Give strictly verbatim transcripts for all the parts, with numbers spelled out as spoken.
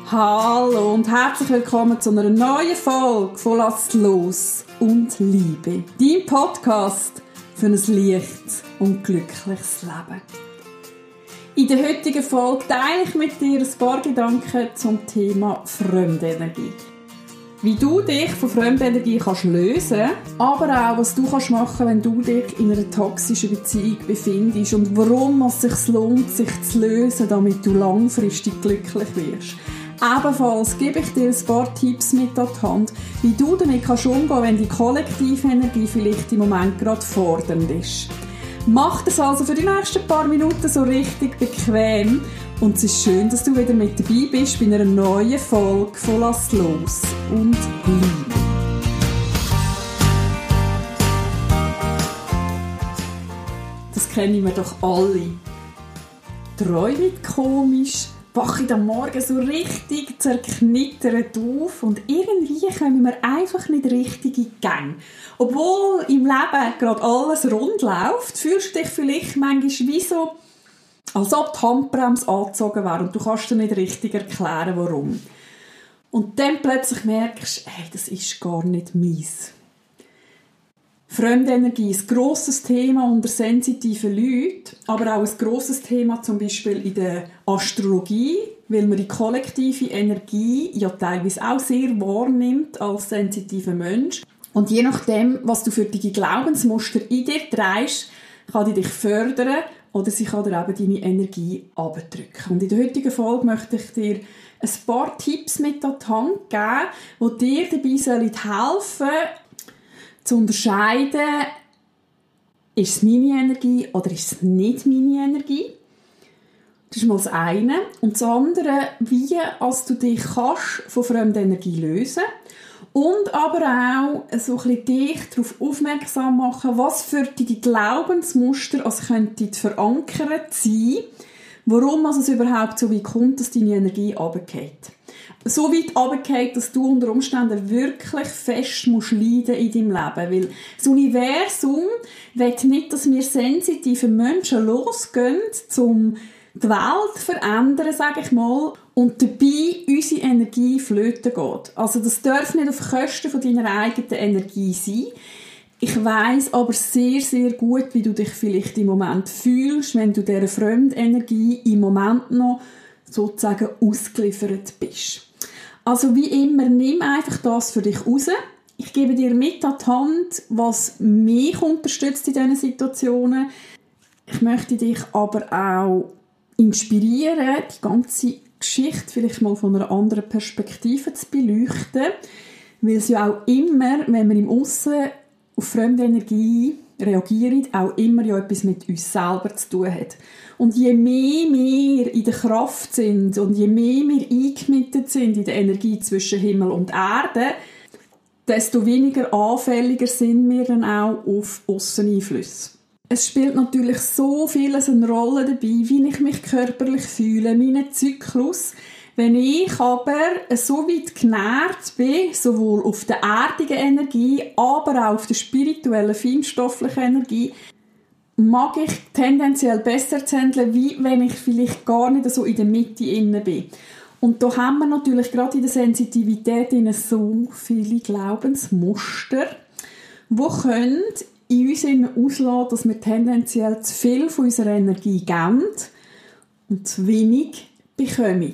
Hallo und herzlich willkommen zu einer neuen Folge von Lass los und Liebe. Dein Podcast für ein leichtes und glückliches Leben. In der heutigen Folge teile ich mit dir ein paar Gedanken zum Thema Fremdenergie. Wie du dich von Fremdenergie kannst lösen, aber auch, was du kannst machen, wenn du dich in einer toxischen Beziehung befindest und warum es sich lohnt, sich zu lösen, damit du langfristig glücklich wirst. Ebenfalls gebe ich dir ein paar Tipps mit an die Hand, wie du damit kannst umgehen, wenn die kollektive Energie vielleicht im Moment gerade fordernd ist. Mach das also für die nächsten paar Minuten so richtig bequem und es ist schön, dass du wieder mit dabei bist bei einer neuen Folge von Lass los und Liebe. Das kennen wir doch alle. Träume komisch, wache ich am Morgen so richtig zerknittert auf und irgendwie kommen wir einfach nicht richtig in die Gänge. Obwohl im Leben gerade alles rund läuft, fühlst du dich vielleicht manchmal wie so, als ob die Handbremse angezogen wäre und du kannst dir nicht richtig erklären, warum. Und dann plötzlich merkst du, hey, das ist gar nicht meins. Fremdenergie ist ein grosses Thema unter sensitiven Leuten, aber auch ein grosses Thema zum Beispiel in der Astrologie, weil man die kollektive Energie ja teilweise auch sehr wahrnimmt als sensitiver Mensch. Und je nachdem, was du für die Glaubensmuster in dir trägst, kann die dich fördern oder sie kann dir eben deine Energie abdrücken. Und in der heutigen Folge möchte ich dir ein paar Tipps mit an die Hand geben, die dir dabei helfen sollen, zu unterscheiden, ist es meine Energie oder ist es nicht meine Energie. Das ist mal das eine. Und das andere, wie als du dich kannst von fremder Energie lösen und aber auch so ein bisschen dich darauf aufmerksam machen, was für die Glaubensmuster also könnte verankert sein, warum also es überhaupt so weit kommt, dass deine Energie runterfällt. So weit runterfällt, dass du unter Umständen wirklich fest musst leiden in deinem Leben. Weil das Universum will nicht, dass wir sensitive Menschen losgehen, um die Welt zu verändern, sage ich mal, und dabei unsere Energie flöten geht. Also das darf nicht auf Kosten von deiner eigenen Energie sein. Ich weiss aber sehr, sehr gut, wie du dich vielleicht im Moment fühlst, wenn du dieser Fremdenergie im Moment noch sozusagen ausgeliefert bist. Also wie immer, nimm einfach das für dich raus. Ich gebe dir mit an die Hand, was mich unterstützt in diesen Situationen. Ich möchte dich aber auch inspirieren, die ganze Geschichte vielleicht mal von einer anderen Perspektive zu beleuchten, weil es ja auch immer, wenn wir im Aussen auf fremde Energie reagieren, auch immer ja etwas mit uns selber zu tun hat. Und je mehr wir in der Kraft sind und je mehr wir eingemietet sind in der Energie zwischen Himmel und Erde, desto weniger anfälliger sind wir dann auch auf Ausseneinflüsse. Es spielt natürlich so vieles eine Rolle dabei, wie ich mich körperlich fühle, meinen Zyklus. Wenn ich aber so weit genährt bin, sowohl auf der erdigen Energie, aber auch auf der spirituellen, feinstofflichen Energie, mag ich tendenziell besser zu handeln, wie wenn ich vielleicht gar nicht so in der Mitte inne bin. Und da haben wir natürlich gerade in der Sensitivität so viele Glaubensmuster, die können in uns auslösen, dass wir tendenziell zu viel von unserer Energie geben und zu wenig bekommen.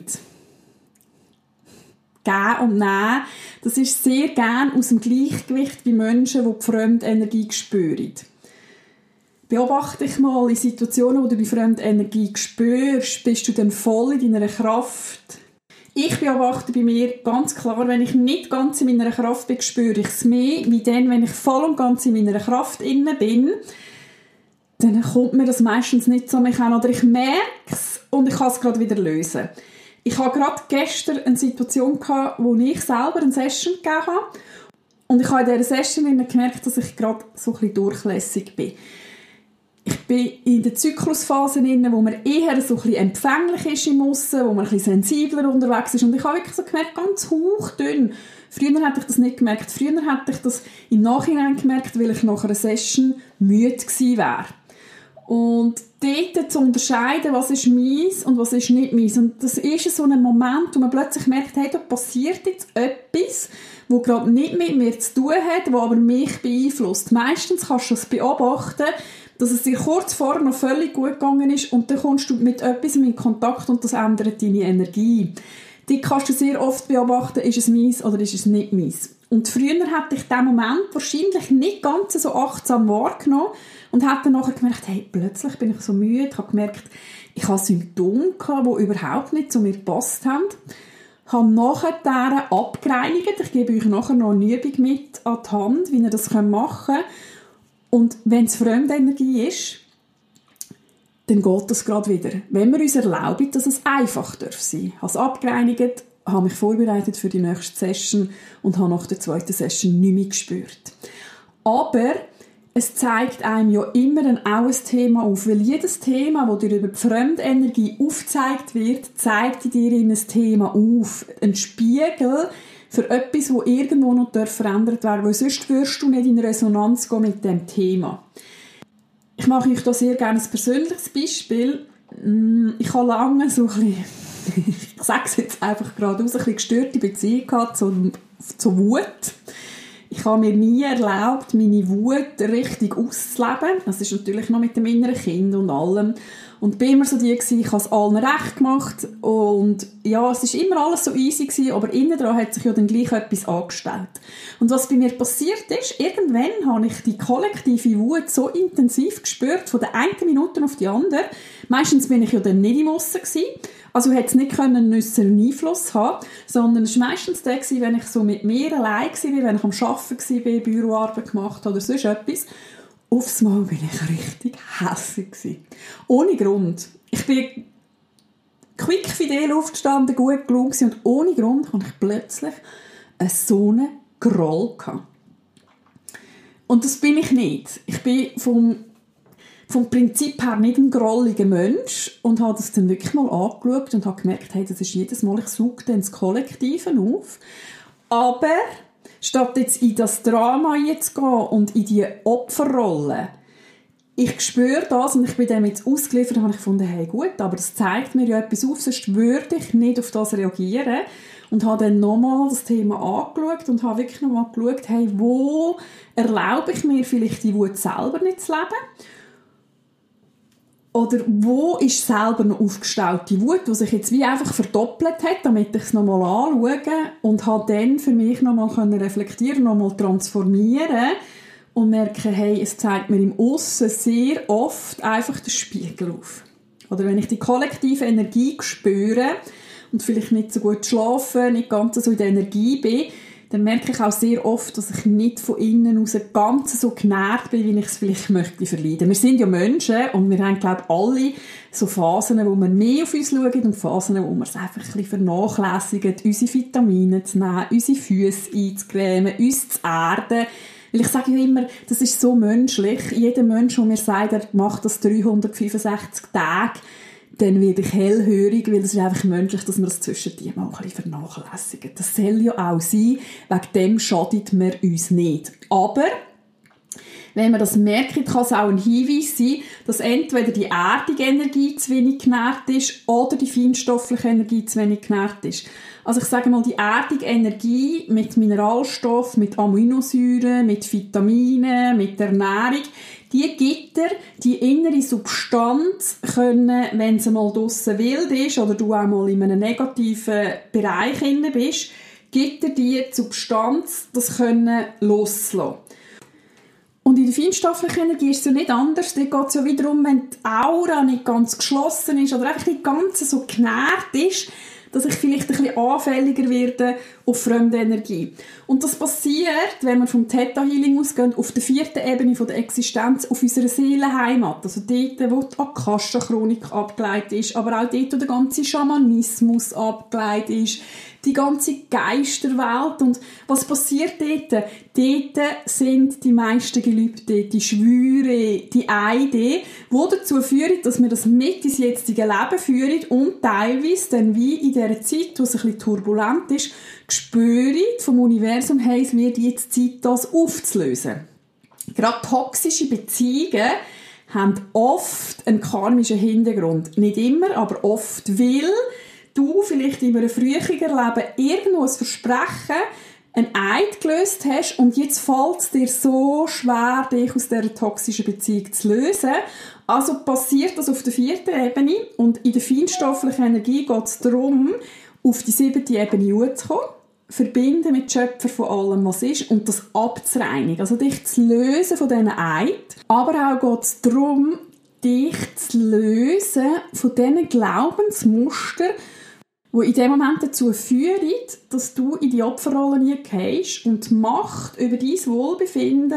Geben und nehmen, das ist sehr gern aus dem Gleichgewicht bei Menschen, die die Fremdenergie spüren. Beobachte dich mal in Situationen, wo du die fremde Energie spürst, bist du dann voll in deiner Kraft. Ich beobachte bei mir ganz klar, wenn ich nicht ganz in meiner Kraft bin, spüre ich es mehr, wie dann, wenn ich voll und ganz in meiner Kraft inne bin, dann kommt mir das meistens nicht so mich an. Oder ich merke es und ich kann es gerade wieder lösen. Ich hatte gerade gestern eine Situation gehabt, wo ich selber eine Session gegeben habe. Und ich habe in dieser Session gemerkt, dass ich gerade so ein bisschen durchlässig bin. Ich bin in der Zyklusphase, wo man eher so ein bisschen empfänglich ist im Aussen, wo man ein bisschen sensibler unterwegs ist. Und ich habe wirklich so gemerkt, ganz hauchdünn. Früher hätte ich das nicht gemerkt. Früher hätte ich das im Nachhinein gemerkt, weil ich nach einer Session müde gewesen wäre. Und dort zu unterscheiden, was ist meins und was ist nicht meins. Und das ist so ein Moment, wo man plötzlich merkt, hey, da passiert jetzt etwas, wo gerade nicht mit mir zu tun hat, wo aber mich beeinflusst. Meistens kannst du es beobachten, dass es dir kurz vorher noch völlig gut gegangen ist und dann kommst du mit etwas in Kontakt und das ändert deine Energie. Die kannst du sehr oft beobachten, ist es meins oder ist es nicht meins. Und früher hatte ich diesen Moment wahrscheinlich nicht ganz so achtsam wahrgenommen und habe dann nachher gemerkt, hey, plötzlich bin ich so müde. Ich habe gemerkt, ich habe Symptome gehabt, die überhaupt nicht zu mir gepasst haben. Ich habe nachher diese abgereinigt. Ich gebe euch nachher noch eine Übung mit an die Hand, wie ihr das machen könnt. Und wenn es Fremdenergie ist, dann geht das gerade wieder. Wenn wir uns erlauben, dass es einfach darf sein. Ich habe es abgereinigt, habe mich vorbereitet für die nächste Session und habe nach der zweiten Session nicht mehr gespürt. Aber es zeigt einem ja immer dann auch ein Thema auf, weil jedes Thema, das dir über die Fremdenergie aufgezeigt wird, zeigt dir in ein Thema auf. Ein Spiegel für etwas, das irgendwo noch verändert werden darf, weil sonst wirst du nicht in Resonanz gehen mit dem Thema. Ich mache euch da sehr gerne ein persönliches Beispiel. Ich habe lange so ein bisschen, ich sage es jetzt einfach geradeaus, ein bisschen gestörte Beziehung gehabt zu, zu Wut. Ich habe mir nie erlaubt, meine Wut richtig auszuleben. Das ist natürlich noch mit dem inneren Kind und allem. Und bin immer so die gewesen, ich habe es allen recht gemacht. Und ja, es ist immer alles so easy gewesen, aber innen dran hat sich ja dann gleich etwas angestellt. Und was bei mir passiert ist, irgendwann habe ich die kollektive Wut so intensiv gespürt, von der einen Minute auf die andere. Meistens bin ich ja dann nicht im Aussen gewesen. Also hätte es nicht können, einen Einfluss haben, sondern es war meistens der, wenn ich so mit mir allein war, wenn ich am Arbeiten war, Büroarbeit gemacht oder sonst etwas. Aufs Mal bin ich richtig hässig gewesen. Ohne Grund. Ich bin quickfidel aufgestanden, gut gelaunt und ohne Grund hatte ich plötzlich einen so einen Groll gehabt. Und das bin ich nicht. Ich bin vom vom Prinzip her nicht ein grolliger Mensch und habe das dann wirklich mal angeschaut und habe gemerkt, hey, das ist jedes Mal, ich suche dann das Kollektive auf. Aber statt jetzt in das Drama zu gehen und in die Opferrolle, ich spüre das und ich bin dem jetzt ausgeliefert, habe ich gefunden, hey gut, aber das zeigt mir ja etwas auf, sonst würde ich nicht auf das reagieren. Und habe dann nochmal das Thema angeschaut und habe wirklich nochmal geschaut, hey, wo erlaube ich mir vielleicht die Wut selber nicht zu leben? Oder wo ist selber noch aufgestaute Wut, die sich jetzt wie einfach verdoppelt hat, damit ich es nochmal anschaue und habe dann für mich nochmal reflektieren, nochmal transformieren und merke, hey, es zeigt mir im Aussen sehr oft einfach den Spiegel auf. Oder wenn ich die kollektive Energie spüre und vielleicht nicht so gut schlafe, nicht ganz so in der Energie bin, dann merke ich auch sehr oft, dass ich nicht von innen aus ganz so genährt bin, wie ich es vielleicht möchte verleiden. Wir sind ja Menschen und wir haben, glaube ich, alle so Phasen, wo wir mehr auf uns schauen und Phasen, wo wir es einfach ein bisschen vernachlässigen, unsere Vitamine zu nehmen, unsere Füße einzucremen, uns zu erden. Weil ich sage ja immer, das ist so menschlich. Jeder Mensch, der mir sagt, er macht das dreihundertfünfundsechzig Tage, dann werde ich hellhörig, weil es ist einfach menschlich, dass wir das zwischen die mal ein bisschen vernachlässigen. Das soll ja auch sein, wegen dem schadet man uns nicht. Aber wenn man das merkt, kann es auch ein Hinweis sein, dass entweder die erdige Energie zu wenig genährt ist oder die feinstoffliche Energie zu wenig genährt ist. Also ich sage mal, die erdige Energie mit Mineralstoff, mit Aminosäuren, mit Vitaminen, mit Ernährung, die Gitter, die innere Substanz können, wenn es mal draussen wild ist oder du auch mal in einem negativen Bereich inne bist, Gitter die Substanz, das können loslassen. Und in der feinstofflichen Energie ist es ja nicht anders. Da geht es ja wiederum, wenn die Aura nicht ganz geschlossen ist oder einfach nicht ganz so genährt ist, dass ich vielleicht ein bisschen anfälliger werde auf fremde Energie. Und das passiert, wenn wir vom Theta-Healing ausgehen, auf der vierten Ebene der Existenz, auf unserer Seelenheimat. Also dort, wo die Akasha-Chronik abgeleitet ist, aber auch dort, wo der ganze Schamanismus abgeleitet ist, die ganze Geisterwelt. Und was passiert dort? Dort sind die meisten Gelübde, die Schwüre, die Eide, die dazu führen, dass wir das mit ins jetzige Leben führen und teilweise dann wie in dieser Zeit, wo es ein bisschen turbulent ist, spüren vom Universum, hey, es wird jetzt Zeit, das aufzulösen. Gerade toxische Beziehungen haben oft einen karmischen Hintergrund. Nicht immer, aber oft, weil du vielleicht in einem früheren Leben irgendwo ein Versprechen, ein Eid gelöst hast und jetzt fällt es dir so schwer, dich aus dieser toxischen Beziehung zu lösen. Also passiert das auf der vierten Ebene und in der feinstofflichen Energie geht es darum, auf die siebte Ebene zu kommen, verbinden mit Schöpfer von allem, was ist, und das abzureinigen. Also dich zu lösen von diesen Eid. Aber auch geht es darum, dich zu lösen von diesen Glaubensmustern, die in dem Moment dazu führen, dass du in die Opferrolle nie gehst und die Macht über dein Wohlbefinden,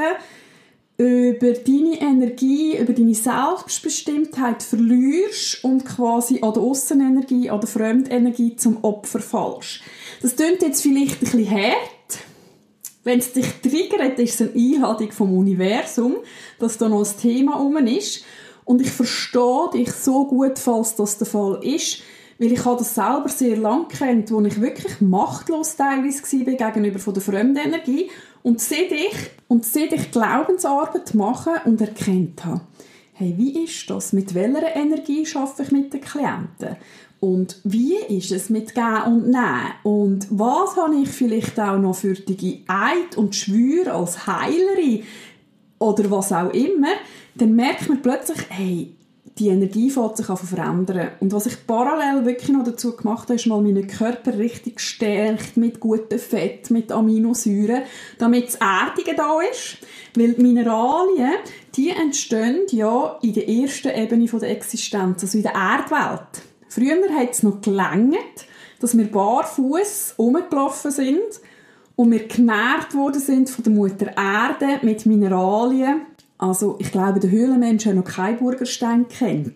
über deine Energie, über deine Selbstbestimmtheit verlierst und quasi an der Aussenenergie, an der Fremdenergie zum Opfer fallst. Das klingt jetzt vielleicht ein bisschen hart. Wenn es dich triggert, ist es eine Einladung vom Universum, dass da noch ein Thema rum ist. Und ich verstehe dich so gut, falls das der Fall ist, weil ich habe das selber sehr lange kennt, wo ich wirklich machtlos teilweise war gegenüber von der Fremdenergie und sehe dich und sehe dich Glaubensarbeit machen und erkennt habe, hey, wie ist das? Mit welcher Energie arbeite ich mit den Klienten? Und wie ist es mit Geben und Nehmen? Und was habe ich vielleicht auch noch für die Eid und Schwüre als Heilerin oder was auch immer? Dann merkt man plötzlich, hey, die Energie fängt sich an zu verändern. Und was ich parallel wirklich noch dazu gemacht habe, ist mal meinen Körper richtig gestärkt mit gutem Fett, mit Aminosäuren, damit das Erdige da ist. Weil die Mineralien, die entstehen ja in der ersten Ebene der Existenz, also in der Erdwelt. Früher hat es noch gelangt, dass wir barfuß rumgelaufen sind und wir genährt worden sind von der Mutter Erde mit Mineralien. Also, ich glaube, der Höhlenmensch hat noch keinen Burgerstein kennt.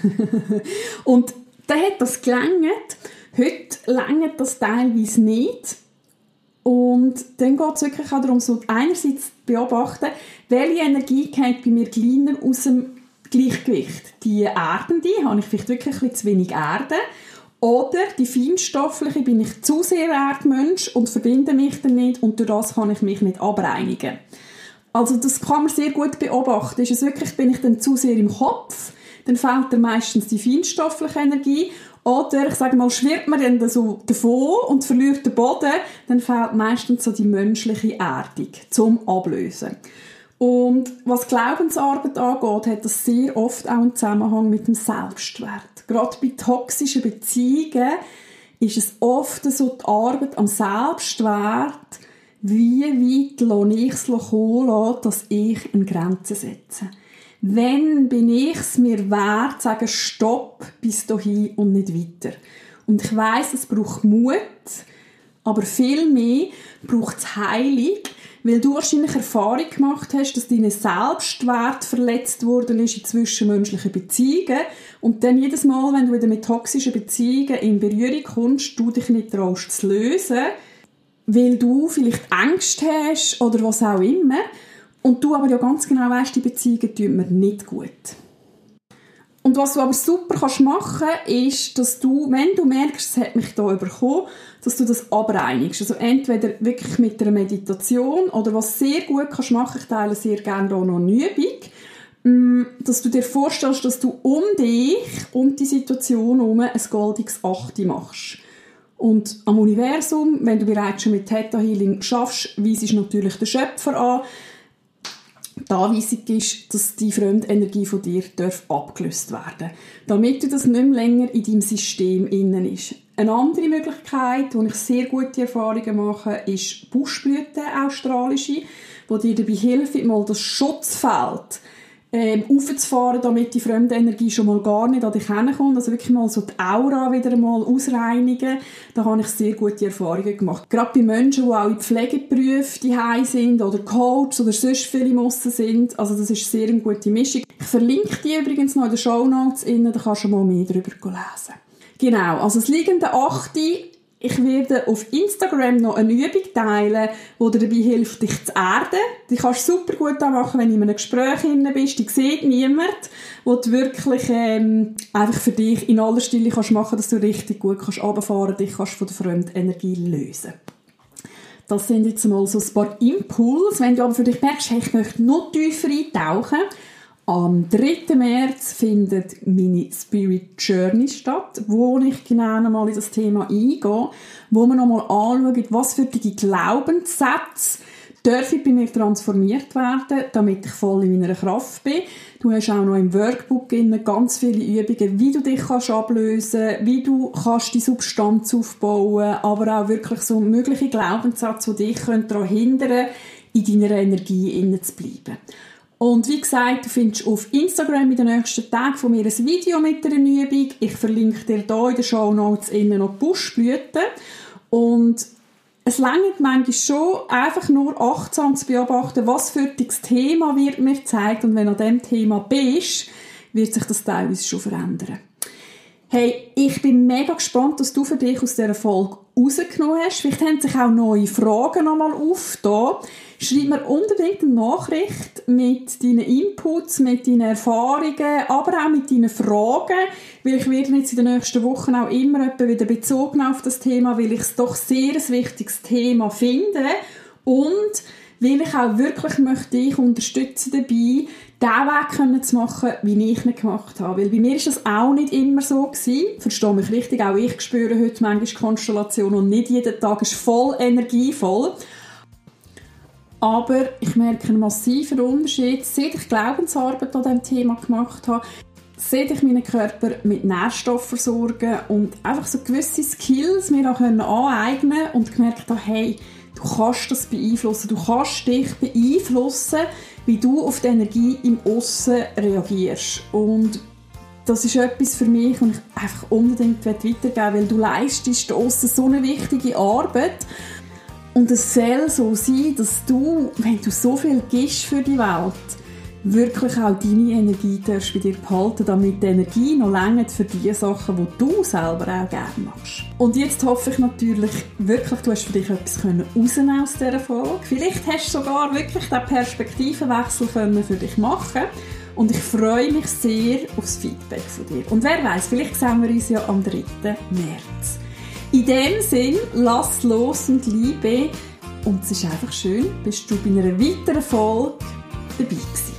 Und dann hat das gelangt. Heute langt das teilweise nicht. Und dann geht es wirklich auch darum, so einerseits zu beobachten, welche Energie geht bei mir kleiner aus dem Gleichgewicht. Die erdende, habe ich vielleicht wirklich ein bisschen zu wenig Erde. Oder die feinstoffliche, bin ich zu sehr Erdmensch und verbinde mich damit und durch das kann ich mich nicht abreinigen. Also das kann man sehr gut beobachten. Ist es wirklich, bin ich dann zu sehr im Kopf, dann fehlt dann meistens die feinstoffliche Energie. Oder, ich sage mal, schwirrt man dann so davon und verliert den Boden, dann fehlt meistens so die menschliche Erdung zum Ablösen. Und was Glaubensarbeit angeht, hat das sehr oft auch einen Zusammenhang mit dem Selbstwert. Gerade bei toxischen Beziehungen ist es oft so die Arbeit am Selbstwert, wie weit lasse ich es kommen, dass ich eine Grenze setze. Wenn bin ich es mir wert, zu sagen, stopp, bis dahin und nicht weiter. Und ich weiss, es braucht Mut, aber viel mehr braucht es Heilung, weil du wahrscheinlich Erfahrung gemacht hast, dass dein Selbstwert verletzt worden ist in zwischenmenschlichen Beziehungen und dann jedes Mal, wenn du wieder mit toxischen Beziehungen in Berührung kommst, du dich nicht traust zu lösen, weil du vielleicht Ängste hast oder was auch immer und du aber ja ganz genau weisst, die Beziehungen tun mir nicht gut. Und was du aber super kannst machen, ist, dass du, wenn du merkst, es hat mich da überkommen, dass du das abreinigst. Also entweder wirklich mit einer Meditation oder was sehr gut kannst machen, ich teile sehr gerne da noch eine Übung, dass du dir vorstellst, dass du um dich, um die Situation herum ein goldiges Achte machst. Und am Universum, wenn du bereits schon mit Theta Healing schaffst, weisst natürlich den Schöpfer an. Die Anweisung ist, dass die Fremdenergie von dir abgelöst werden darf, damit du das nicht mehr länger in deinem System innen ist. Eine andere Möglichkeit, wo ich sehr gute Erfahrungen mache, ist Buschblüten, australische, wo dir dabei hilft, mal das Schutzfeld ähm, aufzufahren, damit die fremde Energie schon mal gar nicht an dich herankommt. Also wirklich mal so die Aura wieder mal ausreinigen. Da habe ich sehr gute Erfahrungen gemacht. Gerade bei Menschen, die auch in Pflegeberufen daheim sind oder Coaches oder sonst viele Muster sind. Also das ist sehr eine gute Mischung. Ich verlinke die übrigens noch in den Shownotes innen, da kannst du mal mehr darüber lesen. Genau, also das liegende Achte. Ich werde auf Instagram noch eine Übung teilen, die dir dabei hilft, dich zu erden. Die kannst du super gut machen, wenn du in einem Gespräch drin bist. Die sieht niemand, wo du wirklich ähm, einfach für dich in aller Stille kannst machen, dass du richtig gut kannst runterfahren, dich kannst von der Fremdenergie lösen. Das sind jetzt mal so ein paar Impulse. Wenn du aber für dich merkst, hey, ich möchte noch tiefer eintauchen, Am dritten März findet meine Spirit Journey statt, wo ich genau nochmal in das Thema eingehe, wo wir nochmal anschauen, was für die Glaubenssätze dürfen bei mir transformiert werden, damit ich voll in meiner Kraft bin. Du hast auch noch im Workbook ganz viele Übungen, wie du dich kannst ablösen kannst, wie du kannst die Substanz aufbauen, aber auch wirklich so mögliche Glaubenssätze, die dich daran hindern können, in deiner Energie zu bleiben. Und wie gesagt, du findest auf Instagram in den nächsten Tagen von mir ein Video mit einer Übung. Ich verlinke dir hier in den Shownotes innen noch Buschblüten. Und es reicht manchmal schon, einfach nur achtsam zu beobachten, was für das Thema wird mir gezeigt. Und wenn du an diesem Thema bist, wird sich das teilweise schon verändern. Hey, ich bin mega gespannt, was du für dich aus dieser Folge rausgenommen hast. Vielleicht haben sich auch neue Fragen nochmal aufgetan. Schreib mir unbedingt eine Nachricht mit deinen Inputs, mit deinen Erfahrungen, aber auch mit deinen Fragen, weil ich werde jetzt in den nächsten Wochen auch immer wieder bezogen auf das Thema, weil ich es doch sehr ein wichtiges Thema finde und weil ich auch wirklich möchte dich unterstützen dabei, den Weg zu machen, wie ich ihn gemacht habe. Weil bei mir war das auch nicht immer so gewesen. Verstehe mich richtig, auch ich spüre heute manchmal Konstellation und nicht jeden Tag ist voll energievoll. Aber ich merke einen massiven Unterschied, seit ich Glaubensarbeit an diesem Thema gemacht habe, seit ich meinen Körper mit Nährstoffen versorge und einfach so gewisse Skills mir auch aneignen können und gemerkt habe, hey, du kannst das beeinflussen, du kannst dich beeinflussen, wie du auf die Energie im Aussen reagierst. Und das ist etwas für mich, und ich einfach unbedingt weitergeben will, weil du leistest da aussen so eine wichtige Arbeit. Und es soll so sein, dass du, wenn du so viel gibst für die Welt, wirklich auch deine Energie darfst bei dir behalten, damit die Energie noch reicht für die Sachen, die du selber auch gerne machst. Und jetzt hoffe ich natürlich wirklich, du hast für dich etwas rausnehmen aus dieser Folge. Vielleicht hast du sogar wirklich den Perspektivenwechsel für dich machen. Und ich freue mich sehr auf das Feedback von dir. Und wer weiß, vielleicht sehen wir uns ja am dritten März. In dem Sinn, lass los und liebe. Und es ist einfach schön, bist du bei einer weiteren Folge dabei gewesen.